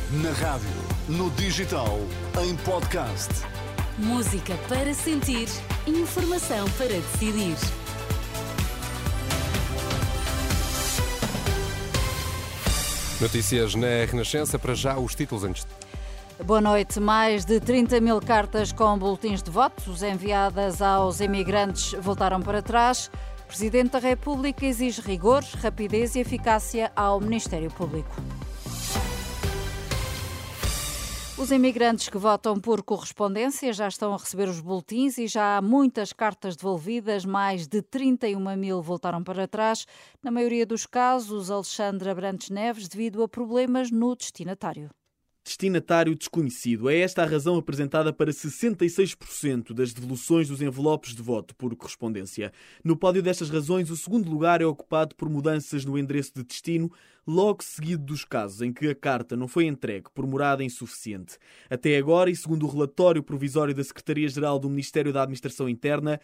Na rádio, no digital, em podcast. Música para sentir, informação para decidir. Notícias na Renascença, para já os títulos antes. Boa noite. Mais de 30 mil cartas com boletins de votos enviadas aos imigrantes voltaram para trás. O Presidente da República exige rigor, rapidez e eficácia ao Ministério Público. Os imigrantes que votam por correspondência já estão a receber os boletins e já há muitas cartas devolvidas. Mais de 31 mil voltaram para trás. Na maioria dos casos, Alexandre Abrantes Neves, devido a problemas no destinatário. Destinatário desconhecido. É esta a razão apresentada para 66% das devoluções dos envelopes de voto por correspondência. No pódio destas razões, o segundo lugar é ocupado por mudanças no endereço de destino, logo seguido dos casos em que a carta não foi entregue por morada insuficiente. Até agora, e segundo o relatório provisório da Secretaria-Geral do Ministério da Administração Interna,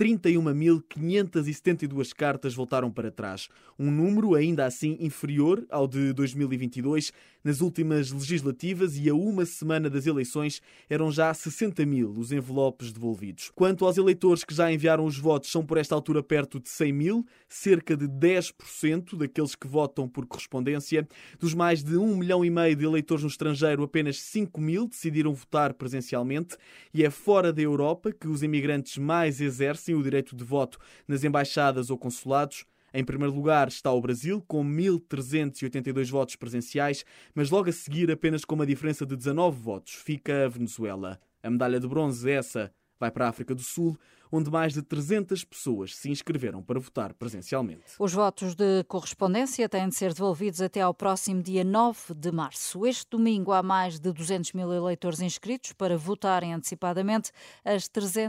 31.572 cartas voltaram para trás. Um número ainda assim inferior ao de 2022. Nas últimas legislativas e a uma semana das eleições eram já 60 mil os envelopes devolvidos. Quanto aos eleitores que já enviaram os votos, são por esta altura perto de 100 mil, cerca de 10% daqueles que votam por correspondência. Dos mais de 1,5 milhão de eleitores no estrangeiro, apenas 5 mil decidiram votar presencialmente, e é fora da Europa que os imigrantes mais exercem o direito de voto nas embaixadas ou consulados. Em primeiro lugar está o Brasil, com 1.382 votos presenciais, mas logo a seguir, apenas com uma diferença de 19 votos, fica a Venezuela. A medalha de bronze, essa, vai para a África do Sul, onde mais de 300 pessoas se inscreveram para votar presencialmente. Os votos de correspondência têm de ser devolvidos até ao próximo dia 9 de março. Este domingo há mais de 200 mil eleitores inscritos para votarem antecipadamente. As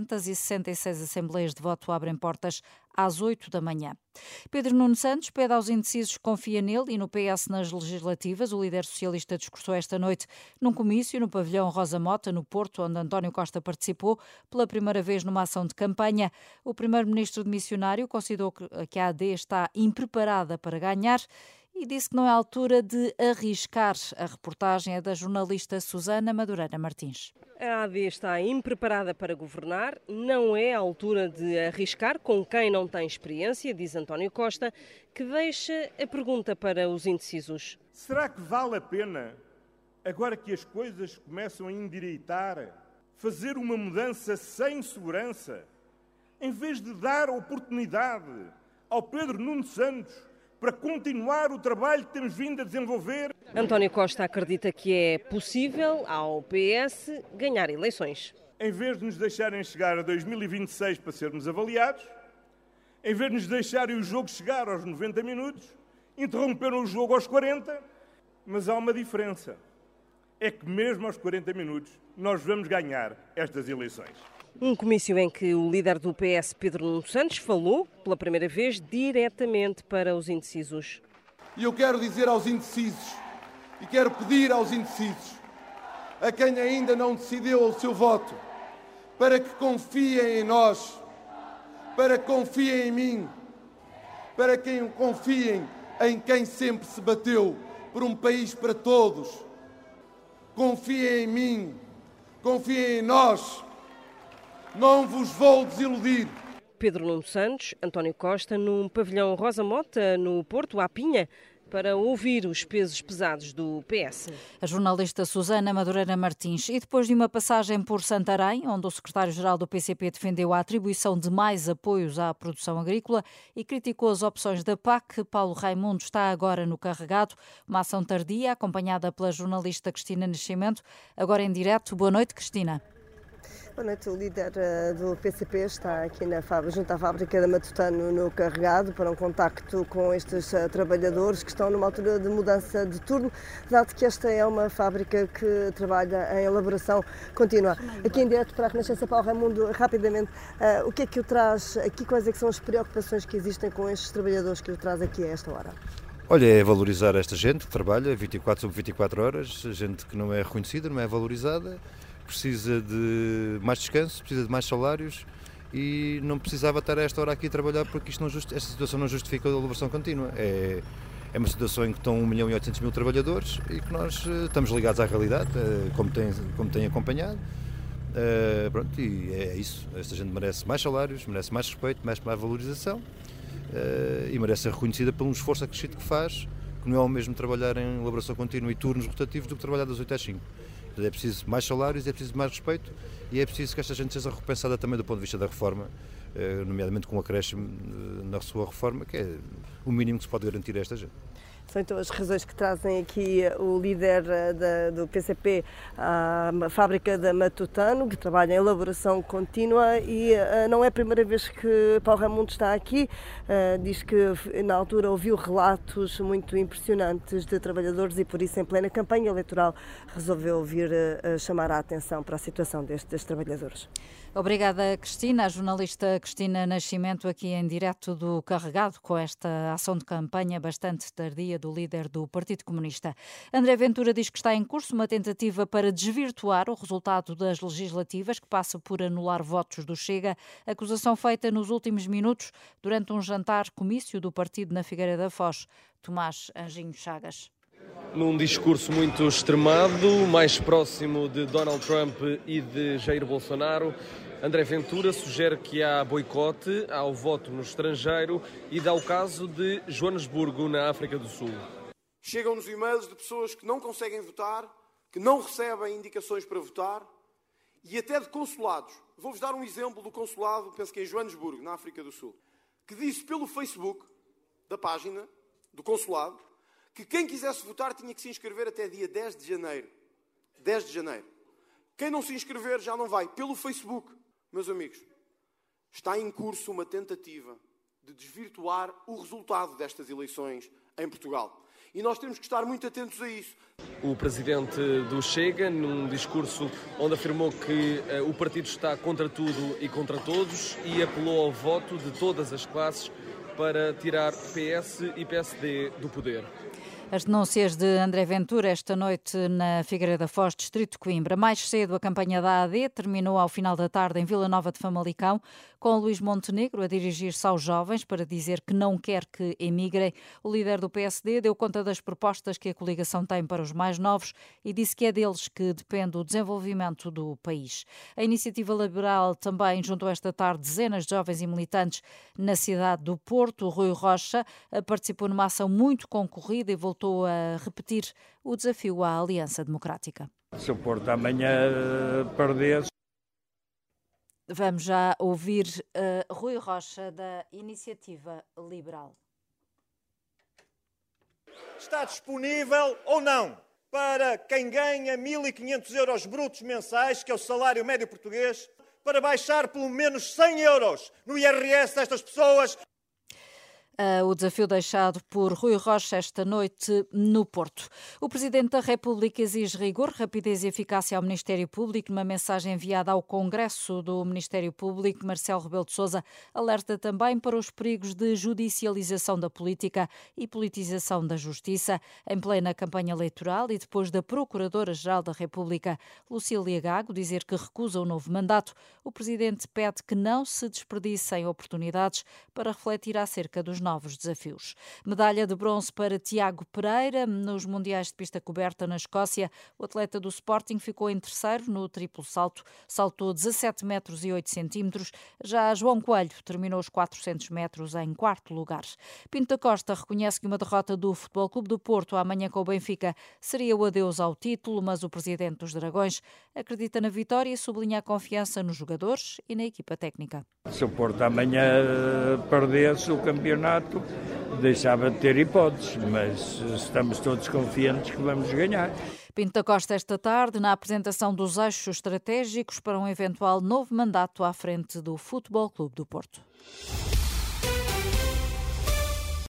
366 assembleias de voto abrem portas às 8 da manhã. Pedro Nuno Santos pede aos indecisos que confiem nele e no PS nas legislativas. O líder socialista discursou esta noite num comício no pavilhão Rosa Mota, no Porto, onde António Costa participou pela primeira vez numa ação de campanha. O primeiro-ministro demissionário considerou que a AD está impreparada para ganhar e disse que não é a altura de arriscar. A reportagem é da jornalista Susana Madureira Martins. A AD está impreparada para governar, não é a altura de arriscar com quem não tem experiência, diz António Costa, que deixa a pergunta para os indecisos. Será que vale a pena, agora que as coisas começam a endireitar, fazer uma mudança sem segurança, em vez de dar oportunidade ao Pedro Nuno Santos para continuar o trabalho que temos vindo a desenvolver? António Costa acredita que é possível ao PS ganhar eleições. Em vez de nos deixarem chegar a 2026 para sermos avaliados, em vez de nos deixarem o jogo chegar aos 90 minutos, interromperam o jogo aos 40, mas há uma diferença. É que mesmo aos 40 minutos nós vamos ganhar estas eleições. Um comício em que o líder do PS, Pedro Nuno Santos, falou pela primeira vez diretamente para os indecisos. E eu quero dizer aos indecisos, e quero pedir aos indecisos, a quem ainda não decidiu o seu voto, para que confiem em nós, para que confiem em mim, para que confiem em quem sempre se bateu por um país para todos. Confiem em mim, confiem em nós. Não vos vou desiludir. Pedro Nuno Santos, António Costa, num pavilhão Rosa Mota, no Porto, à Pinha, para ouvir os pesos pesados do PS. A jornalista Susana Madureira Martins. E depois de uma passagem por Santarém, onde o secretário-geral do PCP defendeu a atribuição de mais apoios à produção agrícola e criticou as opções da PAC, Paulo Raimundo está agora no Carregado. Uma ação tardia, acompanhada pela jornalista Cristina Nascimento. Agora em direto. Boa noite, Cristina. Boa noite, o líder do PCP está aqui junto à fábrica da Matutano no Carregado para um contacto com estes trabalhadores que estão numa altura de mudança de turno, dado que esta é uma fábrica que trabalha em elaboração contínua. Aqui em direto para a Renascença, Paulo Raimundo, rapidamente, o que é que o traz aqui, quais é que são as preocupações que existem com estes trabalhadores que o traz aqui a esta hora? Olha, é valorizar esta gente que trabalha 24 sobre 24 horas, gente que não é reconhecida, não é valorizada, precisa de mais descanso, precisa de mais salários e não precisava estar a esta hora aqui a trabalhar porque esta situação não justifica a elaboração contínua. É uma situação em que estão 1.800.000 trabalhadores e que nós estamos ligados à realidade, como tem acompanhado. Pronto, e é isso. Esta gente merece mais salários, merece mais respeito, merece mais valorização e merece ser reconhecida pelo esforço acrescido que faz, que não é o mesmo trabalhar em elaboração contínua e turnos rotativos do que trabalhar das 8 às 5. É preciso mais salários, é preciso mais respeito e é preciso que esta gente seja recompensada também do ponto de vista da reforma, nomeadamente com um acréscimo na sua reforma, que é o mínimo que se pode garantir a esta gente. São então as razões que trazem aqui o líder do PCP à fábrica da Matutano, que trabalha em elaboração contínua, e não é a primeira vez que Paulo Raimundo está aqui. Diz que na altura ouviu relatos muito impressionantes de trabalhadores e por isso, em plena campanha eleitoral, resolveu vir chamar a atenção para a situação destes trabalhadores. Obrigada, Cristina. A jornalista Cristina Nascimento aqui em direto do Carregado com esta ação de campanha bastante tardia do líder do Partido Comunista. André Ventura diz que está em curso uma tentativa para desvirtuar o resultado das legislativas, que passa por anular votos do Chega, acusação feita nos últimos minutos durante um jantar-comício do partido na Figueira da Foz. Tomás Anjinho Chagas. Num discurso muito extremado, mais próximo de Donald Trump e de Jair Bolsonaro, André Ventura sugere que há boicote ao voto no estrangeiro e dá o caso de Joanesburgo, na África do Sul. Chegam-nos e-mails de pessoas que não conseguem votar, que não recebem indicações para votar e até de consulados. Vou-vos dar um exemplo do consulado, penso que em Joanesburgo, na África do Sul, que disse pelo Facebook da página do consulado que quem quisesse votar tinha que se inscrever até dia 10 de janeiro. 10 de janeiro. Quem não se inscrever já não vai. Pelo Facebook, meus amigos, está em curso uma tentativa de desvirtuar o resultado destas eleições em Portugal. E nós temos que estar muito atentos a isso. O presidente do Chega, num discurso onde afirmou que o partido está contra tudo e contra todos e apelou ao voto de todas as classes para tirar PS e PSD do poder. As denúncias de André Ventura esta noite na Figueira da Foz, distrito de Coimbra. Mais cedo, a campanha da AD terminou ao final da tarde em Vila Nova de Famalicão, com Luís Montenegro a dirigir-se aos jovens para dizer que não quer que emigrem. O líder do PSD deu conta das propostas que a coligação tem para os mais novos e disse que é deles que depende o desenvolvimento do país. A Iniciativa Liberal também juntou esta tarde dezenas de jovens e militantes na cidade do Porto. O Rui Rocha participou numa ação muito concorrida e voltou a repetir o desafio à Aliança Democrática. Se o Porto amanhã perdesse. Vamos já ouvir Rui Rocha, da Iniciativa Liberal. Está disponível ou não para quem ganha 1.500 euros brutos mensais, que é o salário médio português, para baixar pelo menos 100 euros no IRS destas pessoas? O desafio deixado por Rui Rocha esta noite no Porto. O Presidente da República exige rigor, rapidez e eficácia ao Ministério Público. Numa mensagem enviada ao Congresso do Ministério Público, Marcelo Rebelo de Sousa alerta também para os perigos de judicialização da política e politização da justiça. Em plena campanha eleitoral e depois da Procuradora-Geral da República, Lucília Gago, dizer que recusa o novo mandato, o Presidente pede que não se desperdicem oportunidades para refletir acerca dos novos desafios. Medalha de bronze para Tiago Pereira nos Mundiais de Pista Coberta na Escócia. O atleta do Sporting ficou em terceiro no triplo salto, saltou 17 metros e 8 centímetros. Já João Coelho terminou os 400 metros em quarto lugar. Pinto da Costa reconhece que uma derrota do Futebol Clube do Porto amanhã com o Benfica seria o adeus ao título, mas o presidente dos Dragões acredita na vitória e sublinha a confiança nos jogadores e na equipa técnica. Se o Porto amanhã perdesse o campeonato, deixava de ter hipóteses, mas estamos todos confiantes que vamos ganhar. Pinto da Costa esta tarde na apresentação dos eixos estratégicos para um eventual novo mandato à frente do Futebol Clube do Porto.